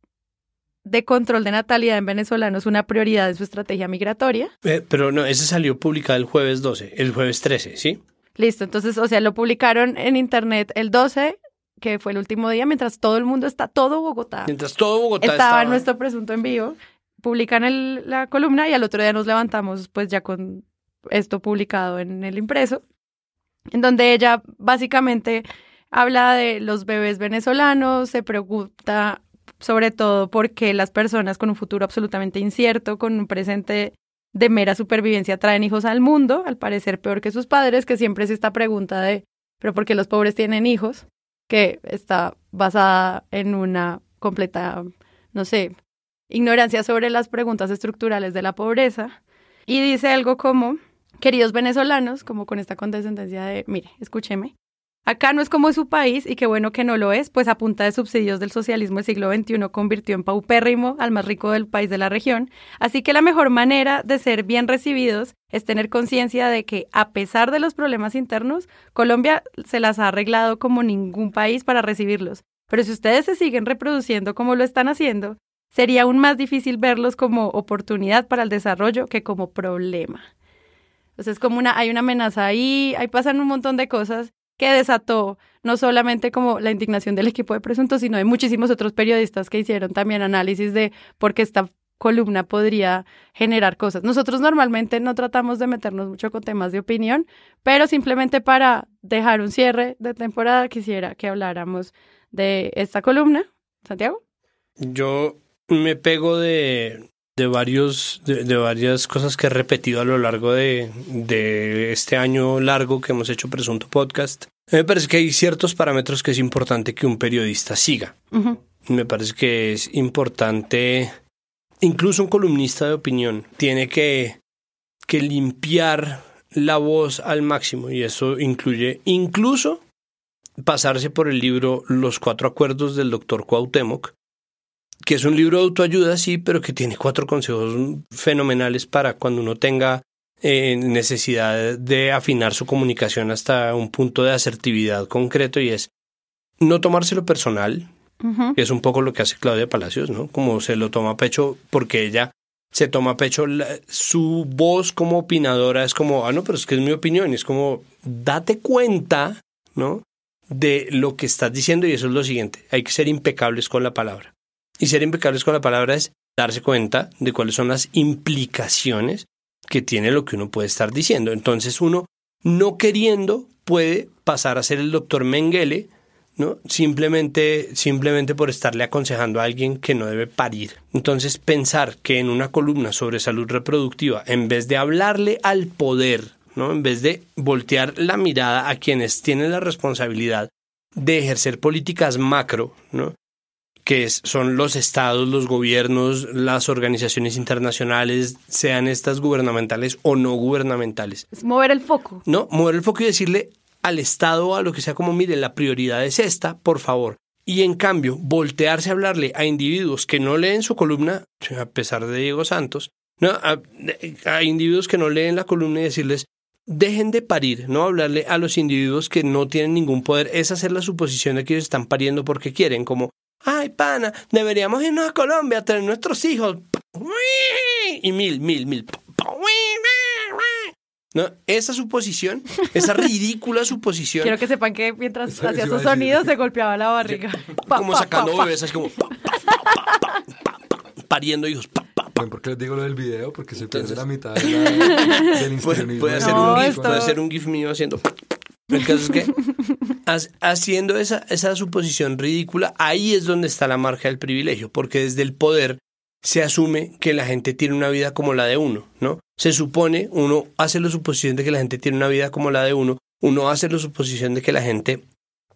B: de control de natalidad en venezolanos una prioridad en su estrategia migratoria.
C: Eh, pero no, ese salió publicado el jueves doce, el jueves trece, ¿sí?
B: Listo, entonces, o sea, lo publicaron en internet el doce, que fue el último día, mientras todo el mundo está, todo Bogotá,
C: Mientras todo Bogotá
B: estaba
C: estaba...
B: en nuestro presunto en vivo, publican el, la columna y al otro día nos levantamos pues ya con esto publicado en el impreso, en donde ella básicamente habla de los bebés venezolanos, se pregunta sobre todo por qué las personas con un futuro absolutamente incierto, con un presente de mera supervivencia, traen hijos al mundo, al parecer peor que sus padres, que siempre es esta pregunta de ¿pero por qué los pobres tienen hijos? Que está basada en una completa, no sé, ignorancia sobre las preguntas estructurales de la pobreza. Y dice algo como: queridos venezolanos, como con esta condescendencia de, mire, escúcheme, acá no es como su país, y qué bueno que no lo es, pues a punta de subsidios del socialismo el siglo veintiuno convirtió en paupérrimo al más rico del país de la región, así que la mejor manera de ser bien recibidos es tener conciencia de que, a pesar de los problemas internos, Colombia se las ha arreglado como ningún país para recibirlos. Pero si ustedes se siguen reproduciendo como lo están haciendo, sería aún más difícil verlos como oportunidad para el desarrollo que como problema. Entonces, como una, hay una amenaza ahí, ahí pasan un montón de cosas que desató no solamente como la indignación del equipo de Presunto, sino de muchísimos otros periodistas que hicieron también análisis de por qué está columna podría generar cosas. Nosotros normalmente no tratamos de meternos mucho con temas de opinión, pero simplemente para dejar un cierre de temporada quisiera que habláramos de esta columna. ¿Santiago?
C: Yo me pego de, de, varios, de, de varias cosas que he repetido a lo largo de, de este año largo que hemos hecho Presunto Podcast. Me parece que hay ciertos parámetros que es importante que un periodista siga. Uh-huh. Me parece que es importante, incluso un columnista de opinión tiene que, que limpiar la voz al máximo, y eso incluye incluso pasarse por el libro Los Cuatro Acuerdos del doctor Cuauhtémoc, que es un libro de autoayuda, sí, pero que tiene cuatro consejos fenomenales para cuando uno tenga eh, necesidad de afinar su comunicación hasta un punto de asertividad concreto, y es no tomárselo personal, uh-huh. que es un poco lo que hace Claudia Palacios, ¿no? Como se lo toma a pecho porque ella se toma a pecho la, su voz como opinadora, es como, ah, no, pero es que es mi opinión, y es como, date cuenta, ¿no?, de lo que estás diciendo, y eso es lo siguiente, hay que ser impecables con la palabra. Y ser impecables con la palabra es darse cuenta de cuáles son las implicaciones que tiene lo que uno puede estar diciendo. Entonces uno, no queriendo, puede pasar a ser el doctor Mengele, ¿no? Simplemente, simplemente por estarle aconsejando a alguien que no debe parir. Entonces pensar que en una columna sobre salud reproductiva, en vez de hablarle al poder, ¿no?, en vez de voltear la mirada a quienes tienen la responsabilidad de ejercer políticas macro, ¿no?, que es, son los estados, los gobiernos, las organizaciones internacionales, sean estas gubernamentales o no gubernamentales.
B: Es mover el foco.
C: No, mover el foco y decirle al Estado o a lo que sea como, mire, la prioridad es esta, por favor. Y en cambio, voltearse a hablarle a individuos que no leen su columna, a pesar de Diego Santos, no, a, a individuos que no leen la columna y decirles, dejen de parir, no hablarle a los individuos que no tienen ningún poder, es hacer la suposición de que ellos están pariendo porque quieren, como, ay, pana, deberíamos irnos a Colombia a tener nuestros hijos. Y mil, mil, mil. No, esa suposición, esa ridícula suposición.
B: Quiero que sepan que mientras eso, hacía sus sonidos se golpeaba la barriga.
C: Pa, como pa, sacando pa, bebés, así como pa, pa, pa, pa, pa, pa, pa, pariendo hijos. Pa, pa, pa.
A: ¿Por qué les digo lo del video? Porque se pierde la mitad de la, del
C: puede, puede, hacer no, un gif, puede hacer un gif mío haciendo. El caso es que haciendo esa, esa suposición ridícula, ahí es donde está la marca del privilegio, porque desde el poder se asume que la gente tiene una vida como la de uno, ¿no? Se supone, uno hace la suposición de que la gente tiene una vida como la de uno, uno hace la suposición de que la gente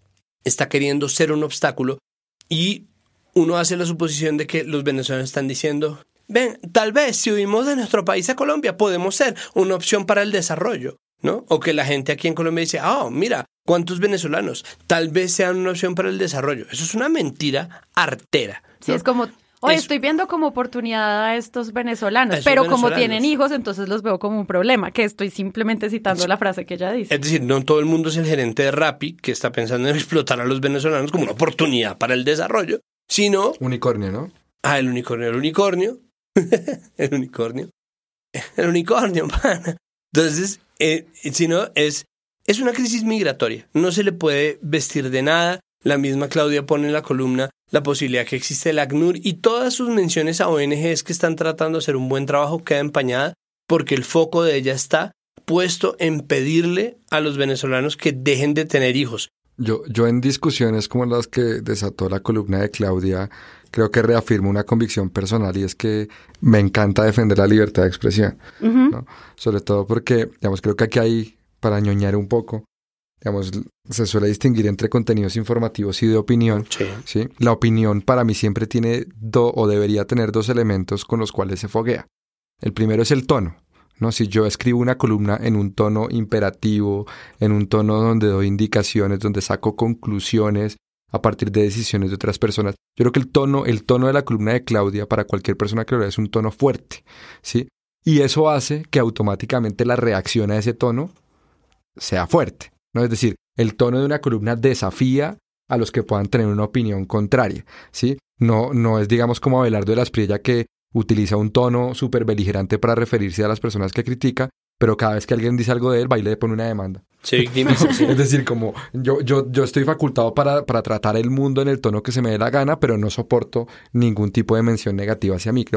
C: está queriendo ser un obstáculo, y uno hace la suposición de que los venezolanos están diciendo, ven, tal vez si huimos de nuestro país a Colombia podemos ser una opción para el desarrollo, ¿no? O que la gente aquí en Colombia dice, ah, oh, mira, ¿cuántos venezolanos? Tal vez sean una opción para el desarrollo. Eso es una mentira artera, ¿no?
B: Sí, es como, oye, es, estoy viendo como oportunidad a estos venezolanos, a pero venezolanos. Como tienen hijos, entonces los veo como un problema, que estoy simplemente citando sí. la frase que ella dice.
C: Es decir, no todo el mundo es el gerente de Rappi que está pensando en explotar a los venezolanos como una oportunidad para el desarrollo, sino...
A: Unicornio, ¿no?
C: Ah, el unicornio, el unicornio. el unicornio. El unicornio, pana. Entonces, eh, si no, es, es una crisis migratoria. No se le puede vestir de nada. La misma Claudia pone en la columna la posibilidad que existe el ACNUR, y todas sus menciones a O N Ges que están tratando de hacer un buen trabajo queda empañada porque el foco de ella está puesto en pedirle a los venezolanos que dejen de tener hijos.
A: Yo, yo en discusiones como las que desató la columna de Claudia, creo que reafirmo una convicción personal, y es que me encanta defender la libertad de expresión, uh-huh. ¿no? Sobre todo porque, digamos, creo que aquí hay, para ñoñar un poco, digamos, se suele distinguir entre contenidos informativos y de opinión.
C: Sí.
A: ¿Sí? La opinión para mí siempre tiene do, o debería tener dos elementos con los cuales se foguea. El primero es el tono, ¿no? Si yo escribo una columna en un tono imperativo, en un tono donde doy indicaciones, donde saco conclusiones a partir de decisiones de otras personas, yo creo que el tono, el tono de la columna de Claudia para cualquier persona que lo vea es un tono fuerte, ¿sí? Y eso hace que automáticamente la reacción a ese tono sea fuerte, ¿no? Es decir, el tono de una columna desafía a los que puedan tener una opinión contraria, ¿sí? No, no es, digamos, como Abelardo de la Espriella, que utiliza un tono súper beligerante para referirse a las personas que critica, pero cada vez que alguien dice algo de él, va y le pone una demanda.
C: Sí,
A: es decir, como yo, yo, yo estoy facultado para, para tratar el mundo en el tono que se me dé la gana, pero no soporto ningún tipo de mención negativa hacia mí. Creo que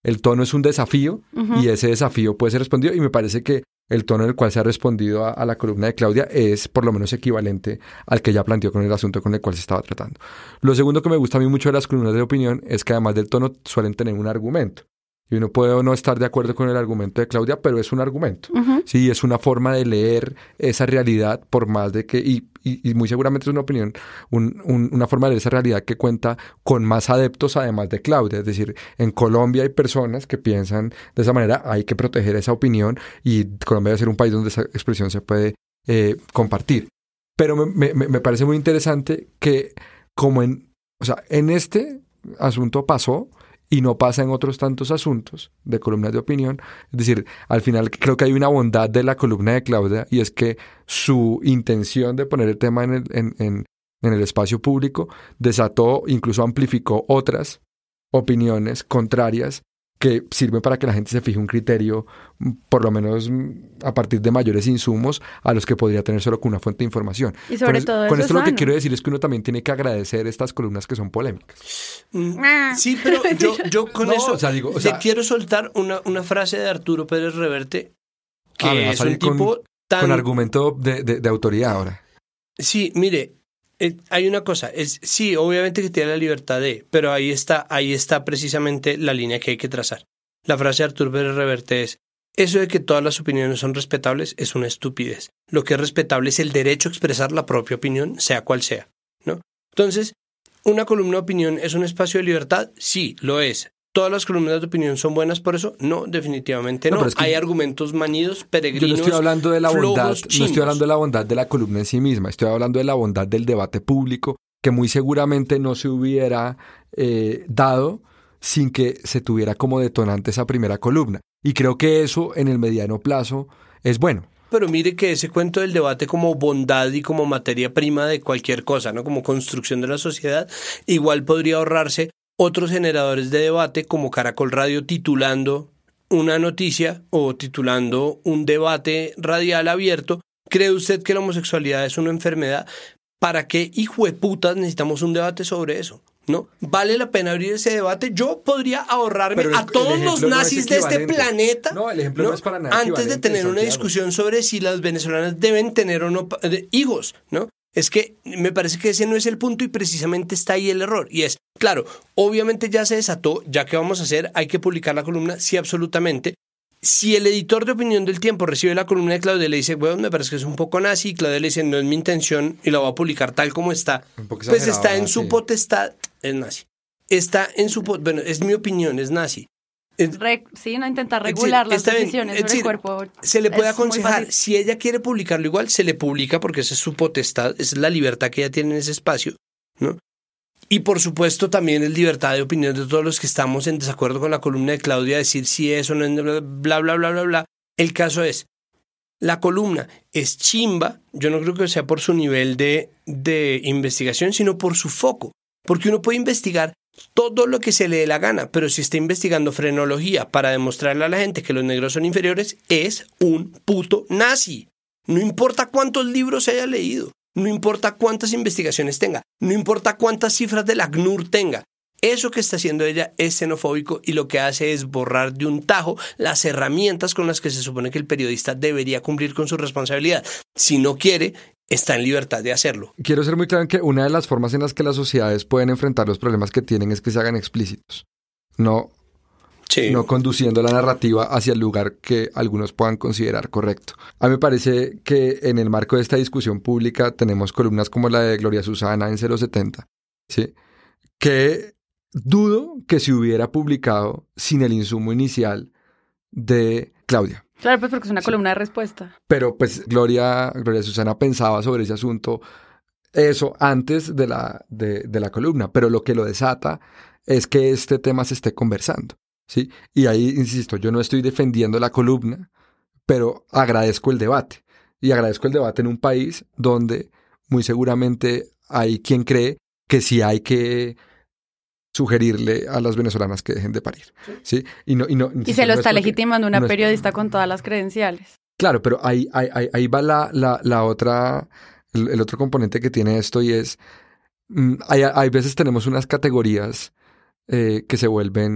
A: el tono es un desafío uh-huh. y ese desafío puede ser respondido y me parece que el tono en el cual se ha respondido a, a la columna de Claudia es por lo menos equivalente al que ella planteó con el asunto con el cual se estaba tratando. Lo segundo que me gusta a mí mucho de las columnas de opinión es que además del tono suelen tener un argumento. Y uno puede o no estar de acuerdo con el argumento de Claudia, pero es un argumento. Uh-huh. Sí, es una forma de leer esa realidad por más de que... Y, y, y muy seguramente es una opinión, un, un, una forma de leer esa realidad que cuenta con más adeptos además de Claudia. Es decir, en Colombia hay personas que piensan de esa manera, hay que proteger esa opinión y Colombia debe ser un país donde esa expresión se puede eh, compartir. Pero me, me, me parece muy interesante que como en... O sea, en este asunto pasó... y no pasa en otros tantos asuntos de columnas de opinión. Es decir, al final creo que hay una bondad de la columna de Claudia y es que su intención de poner el tema en el, en, en, en el espacio público desató, incluso amplificó otras opiniones contrarias que sirven para que la gente se fije un criterio, por lo menos a partir de mayores insumos a los que podría tener solo con una fuente de información.
B: Y sobre
A: con
B: todo
A: es, Con
B: eso
A: esto
B: es
A: lo que
B: sano.
A: quiero decir es que uno también tiene que agradecer estas columnas que son polémicas.
C: Mm, sí, pero yo, yo con
A: no,
C: eso
A: o sea, digo, o
C: le
A: sea,
C: quiero soltar una, una frase de Arturo Pérez Reverte, que
A: ah,
C: es un tipo
A: con,
C: tan...
A: con argumento de, de, de autoridad ahora.
C: Sí, mire, eh, hay una cosa, es sí, obviamente que tiene la libertad de, pero ahí está, ahí está precisamente la línea que hay que trazar. La frase de Arturo Pérez Reverte es: eso de que todas las opiniones son respetables es una estupidez. Lo que es respetable es el derecho a expresar la propia opinión, sea cual sea, ¿no? Entonces, ¿una columna de opinión es un espacio de libertad? Sí, lo es. ¿Todas las columnas de opinión son buenas por eso? No, definitivamente no.
A: no es que
C: hay argumentos manidos, peregrinos,
A: yo no estoy hablando de la bondad,
C: flojos,
A: no estoy hablando de la bondad de la columna en sí misma, estoy hablando de la bondad del debate público que muy seguramente no se hubiera eh, dado sin que se tuviera como detonante esa primera columna. Y creo que eso en el mediano plazo es bueno.
C: Pero mire que ese cuento del debate como bondad y como materia prima de cualquier cosa, ¿no? Como construcción de la sociedad, igual podría ahorrarse otros generadores de debate como Caracol Radio titulando una noticia o titulando un debate radial abierto. ¿Cree usted que la homosexualidad es una enfermedad? ¿Para qué hijueputas necesitamos un debate sobre eso? ¿No? ¿Vale la pena abrir ese debate? Yo podría ahorrarme
A: Pero
C: a todos los nazis
A: no
C: de este planeta,
A: no, el ejemplo
C: ¿no?
A: no es para nada
C: antes de tener una discusión sobre si las venezolanas deben tener o no hijos, ¿no? Es que me parece que ese no es el punto y precisamente está ahí el error. Y es, claro, obviamente ya se desató, ya que vamos a hacer, hay que publicar la columna, sí, absolutamente. Si el editor de opinión del Tiempo recibe la columna de Claudia y le dice, bueno, me parece que es un poco nazi, y Claudia le dice, no es mi intención y la voy a publicar tal como está, pues está en su potestad, es nazi. Está en su potestad, bueno, es mi opinión, es nazi.
B: Re, sí, no intentar regular las decisiones sobre el cuerpo.
C: Se le puede aconsejar, si ella quiere publicarlo igual, se le publica porque esa es su potestad, esa es la libertad que ella tiene en ese espacio, ¿no? Y por supuesto también es libertad de opinión de todos los que estamos en desacuerdo con la columna de Claudia, decir si eso no es bla, bla, bla, bla, bla. El caso es, la columna es chimba, yo no creo que sea por su nivel de, de investigación, sino por su foco. Porque uno puede investigar todo lo que se le dé la gana, pero si está investigando frenología para demostrarle a la gente que los negros son inferiores, es un puto nazi. No importa cuántos libros se haya leído. No importa cuántas investigaciones tenga, no importa cuántas cifras del ACNUR tenga. Eso que está haciendo ella es xenofóbico y lo que hace es borrar de un tajo las herramientas con las que se supone que el periodista debería cumplir con su responsabilidad. Si no quiere, está en libertad de hacerlo.
A: Quiero ser muy claro en que una de las formas en las que las sociedades pueden enfrentar los problemas que tienen es que se hagan explícitos, no, sí. no conduciendo la narrativa hacia el lugar que algunos puedan considerar correcto. A mí me parece que en el marco de esta discusión pública tenemos columnas como la de Gloria Susana en cero setenta, ¿sí? Que dudo que se hubiera publicado sin el insumo inicial de Claudia.
B: Claro, pues porque es una sí. columna de respuesta.
A: Pero pues Gloria, Gloria Susana pensaba sobre ese asunto, eso antes de la, de, de la columna, pero lo que lo desata es que este tema se esté conversando, ¿sí? Y ahí, insisto, yo no estoy defendiendo la columna, pero agradezco el debate. Y agradezco el debate en un país donde muy seguramente hay quien cree que sí hay que sugerirle a las venezolanas que dejen de parir, ¿sí? Y, no, y, no,
B: y se lo
A: no
B: está
A: porque,
B: legitimando una
A: no
B: periodista
A: es,
B: con todas las credenciales.
A: Claro, pero ahí, ahí, ahí, ahí va la, la, la otra, el, el otro componente que tiene esto y es, mm, hay, hay veces tenemos unas categorías eh, que se vuelven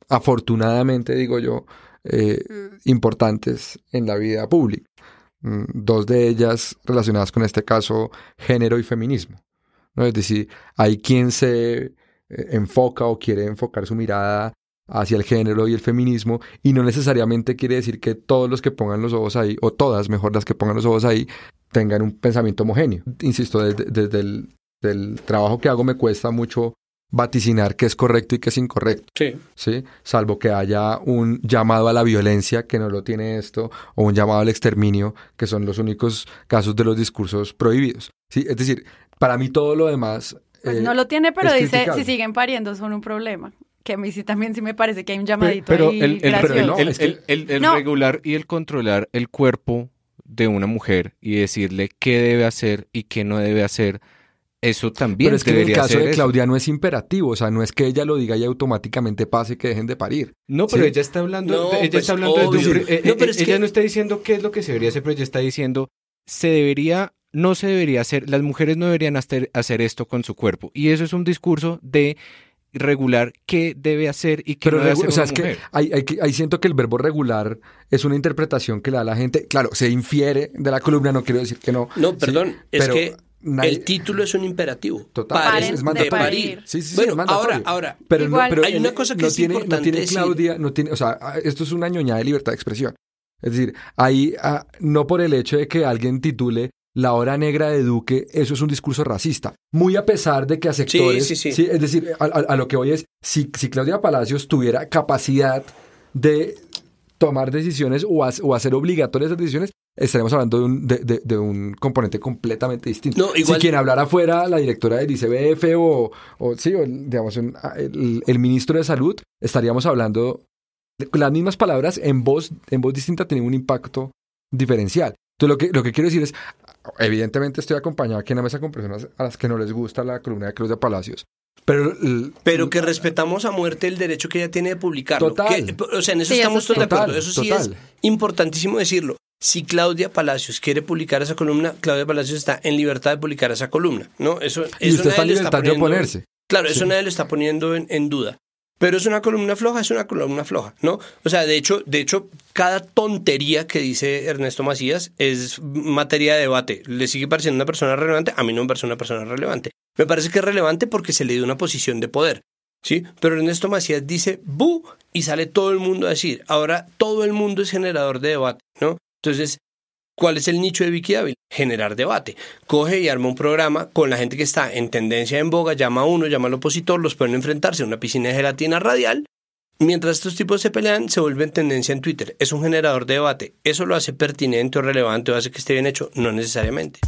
A: afortunadamente, digo yo, eh, importantes en la vida pública. Mm, dos de ellas relacionadas con este caso, género y feminismo, ¿no? Es decir, hay quien se eh, enfoca o quiere enfocar su mirada hacia el género y el feminismo, y no necesariamente quiere decir que todos los que pongan los ojos ahí, o todas, mejor las que pongan los ojos ahí, tengan un pensamiento homogéneo. Insisto, desde, desde el del trabajo que hago me cuesta mucho vaticinar qué es correcto y qué es incorrecto.
C: Sí.
A: ¿Sí? Salvo que haya un llamado a la violencia, que no lo tiene esto, o un llamado al exterminio, que son los únicos casos de los discursos prohibidos. ¿Sí? Es decir, para mí todo lo demás...
B: Pues
A: eh,
B: no lo tiene, pero
A: es
B: dice,
A: criticable.
B: si siguen pariendo son un problema. Que a mí sí también sí me parece que hay un llamadito
D: Pero
B: ahí
D: el, el,
B: gracioso.
A: pero no,
D: el,
A: es que-
D: el- el- el
B: No.
D: regular y el controlar el cuerpo de una mujer y decirle qué debe hacer y qué no debe hacer, eso también
A: Pero es que en el
D: debería
A: caso
D: ser
A: de
D: eso.
A: Claudia no es imperativo, o sea, no es que ella lo diga y automáticamente pase que dejen de parir.
D: No, pero
A: Sí.
D: ella está hablando,
C: No,
D: ella
C: pues,
D: está hablando desde un
C: obvio.
D: pri- eh,
C: No,
D: eh,
C: pero es
D: ella
C: que-
D: no está diciendo qué es lo que se debería hacer, pero ella está diciendo se debería, no se debería hacer, las mujeres no deberían hacer, hacer esto con su cuerpo. Y eso es un discurso de regular qué debe hacer y qué
A: Pero
D: no debe
A: regu-
D: hacer
A: o sea,
D: una
A: es que
D: mujer.
A: ahí, ahí que- ahí siento que el verbo regular es una interpretación que le da la gente. Claro, se infiere de la columna, no quiero decir que no.
C: No,
A: ¿sí?
C: perdón, es
A: Pero
C: que
A: nadie-
C: el título es un imperativo.
A: Total,
C: Paren
A: es, es
C: de
A: mandatorio.
C: parir.
A: Sí, sí, sí,
C: Bueno,
A: es mandatorio.
C: ahora, ahora,
A: pero
B: Igual.
A: no, pero
C: Hay
A: el-
C: una cosa que
A: no
C: es
A: tiene, no
C: importante
A: tiene
C: decir.
A: Claudia, no tiene, o sea, esto es una ñoñada de libertad de expresión. Es decir, ahí ah, no por el hecho de que alguien titule La hora negra de Duque, eso es un discurso racista. Muy a pesar de que a sectores...
C: Sí, sí, sí.
A: Es decir, a, a- a lo que voy es, si, si Claudia Palacios tuviera capacidad de tomar decisiones o, ha- o hacer obligatorias esas decisiones, estaríamos hablando de un, de, de- de un componente completamente distinto.
C: No, igual-
A: Si quien hablara fuera la directora del I C B F o, o sí, o, digamos, un- el, el ministro de Salud, estaríamos hablando de- las mismas palabras en voz, en voz distinta tienen un impacto diferencial. Entonces, lo que, lo que quiero decir es, evidentemente estoy acompañado aquí en la mesa con personas a las que no les gusta la columna de Claudia Palacios, pero... el-
C: pero que respetamos a muerte el derecho que ella tiene de publicarlo.
A: Total.
C: Que- o sea, en eso
B: Sí,
C: estamos
B: eso
C: todos
B: sí.
C: de acuerdo.
A: Total,
C: Eso sí
A: total.
C: es importantísimo decirlo. Si Claudia Palacios quiere publicar esa columna, Claudia Palacios está en libertad de publicar esa columna, ¿no? Eso,
A: y
C: eso
A: usted está en
C: nadie lo
A: libertad de
C: poniendo-
A: oponerse.
C: Claro, eso
A: Sí.
C: nadie lo está poniendo en, en duda. Pero es una columna floja, es una columna floja, ¿no? O sea, de hecho, de hecho, cada tontería que dice Ernesto Macías es materia de debate. ¿Le sigue pareciendo una persona relevante? A mí no me parece una persona relevante. Me parece que es relevante porque se le dio una posición de poder, ¿sí? Pero Ernesto Macías dice ¡bu! Y sale todo el mundo a decir. Ahora todo el mundo es generador de debate, ¿no? Entonces, ¿cuál es el nicho de Vicky Dávila? Generar debate. Coge y arma un programa con la gente que está en tendencia en boga, llama a uno, llama al opositor, los ponen a enfrentarse en una piscina de gelatina radial. Mientras estos tipos se pelean, se vuelven tendencia en Twitter. Es un generador de debate. ¿Eso lo hace pertinente o relevante o hace que esté bien hecho? No necesariamente.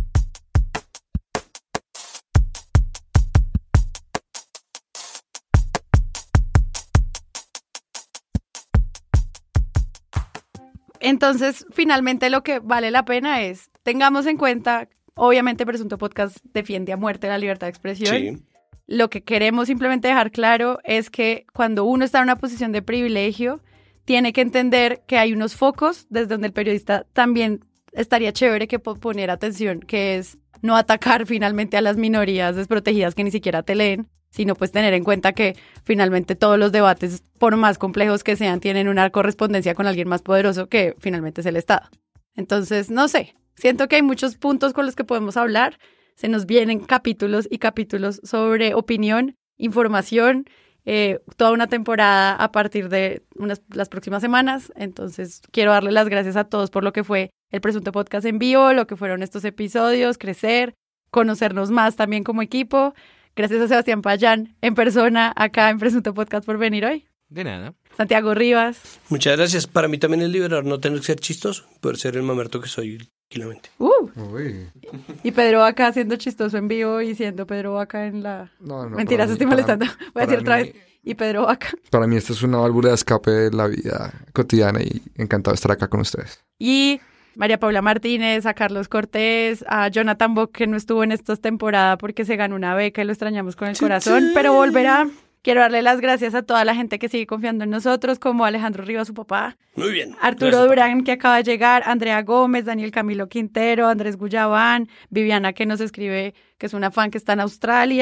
B: Entonces, finalmente lo que vale la pena es, tengamos en cuenta, obviamente Presunto Podcast defiende a muerte la libertad de expresión.
C: Sí.
B: Lo que queremos simplemente dejar claro es que cuando uno está en una posición de privilegio, tiene que entender que hay unos focos desde donde el periodista también estaría chévere que po- poner atención, que es no atacar finalmente a las minorías desprotegidas que ni siquiera te leen, sino pues tener en cuenta que finalmente todos los debates, por más complejos que sean, tienen una correspondencia con alguien más poderoso que finalmente es el Estado. Entonces, no sé, siento que hay muchos puntos con los que podemos hablar. Se nos vienen capítulos y capítulos sobre opinión, información, eh, toda una temporada a partir de unas, las próximas semanas. Entonces, quiero darle las gracias a todos por lo que fue el Presunto Podcast en vivo, lo que fueron estos episodios, crecer, conocernos más también como equipo. Gracias a Sebastián Payán en persona acá en Presunto Podcast por venir hoy.
D: De nada.
B: Santiago Rivas.
C: Muchas gracias. Para mí también es liberador no tener que ser chistoso, poder ser el mamerto que soy tranquilamente.
B: Uh,
A: Uy.
B: y Pedro Vaca siendo chistoso en vivo y siendo Pedro Vaca en la...
A: No, no,
B: Mentiras,
A: para
B: estoy
A: mí-
B: molestando.
A: para-
B: Voy a
A: para
B: decir otra
A: mí-
B: vez. Y Pedro Vaca.
A: Para mí esta es una válvula de escape de la vida cotidiana y encantado de estar acá con ustedes.
B: Y María Paula Martínez, a Carlos Cortés, a Jonathan Bock, que no estuvo en esta temporada porque se ganó una beca y lo extrañamos con el corazón, pero volverá. Quiero darle las gracias a toda la gente que sigue confiando en nosotros, como Alejandro Rivas, su papá,
C: Muy bien.
B: Arturo
C: Gracias,
B: Durán, que acaba de llegar, Andrea Gómez, Daniel Camilo Quintero, Andrés Guyabán, Viviana, que nos escribe que es una fan que está en Australia,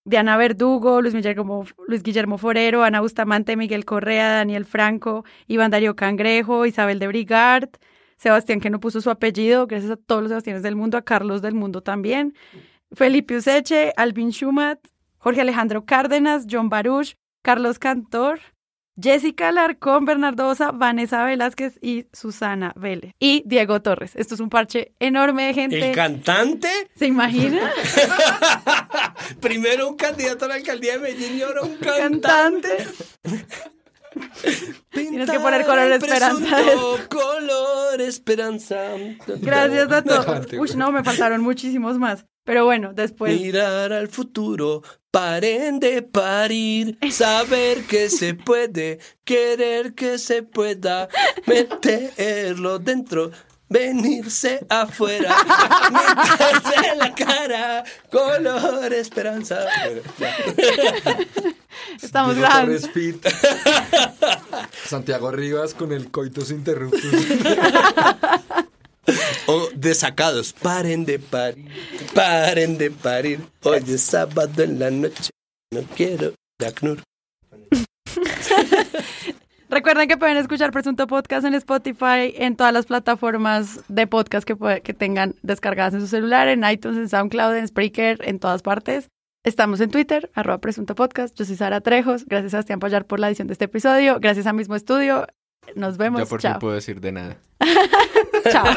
B: Diana Verdugo, Luis Guillermo, Luis Guillermo Forero, Ana Bustamante, Miguel Correa, Daniel Franco, Iván Darío Cangrejo, Isabel de Brigard, Sebastián que no puso su apellido, gracias a todos los Sebastianes del mundo, a Carlos del mundo también, Felipe Useche, Alvin Schumat, Jorge Alejandro Cárdenas, John Baruch, Carlos Cantor, Jessica Alarcón, Bernardo Osa, Vanessa Velázquez y Susana Vélez. Y Diego Torres. Esto es un parche enorme de gente.
C: ¿El cantante?
B: ¿Se imagina?
C: Primero un candidato a la alcaldía de Medellín y ahora un cantante.
B: Tienes que poner color esperanza.
C: Color esperanza.
B: Gracias a todos. Uy, no, me faltaron muchísimos más. Pero bueno, después...
C: Mirar al futuro, paren de parir, saber que se puede, querer que se pueda, meterlo dentro, venirse afuera, meterse en la cara, color esperanza.
B: Estamos
A: Diego
B: grabando.
A: Torres Fit. Santiago Rivas con el coitus interruptus.
C: O desacados, paren de parir, paren de parir. Hoy es sábado en la noche, no quiero de ACNUR.
B: Recuerden que pueden escuchar Presunto Podcast en Spotify, en todas las plataformas de podcast que, puede, que tengan descargadas en su celular, en iTunes, en SoundCloud, en Spreaker, en todas partes. Estamos en Twitter, arroba Presunto Podcast. Yo soy Sara Trejos. Gracias a Sebastián Payar por la edición de este episodio. Gracias a Mismo Estudio. Nos vemos.
D: Yo por
B: Chao.
D: fin puedo decir de nada.
B: Chao.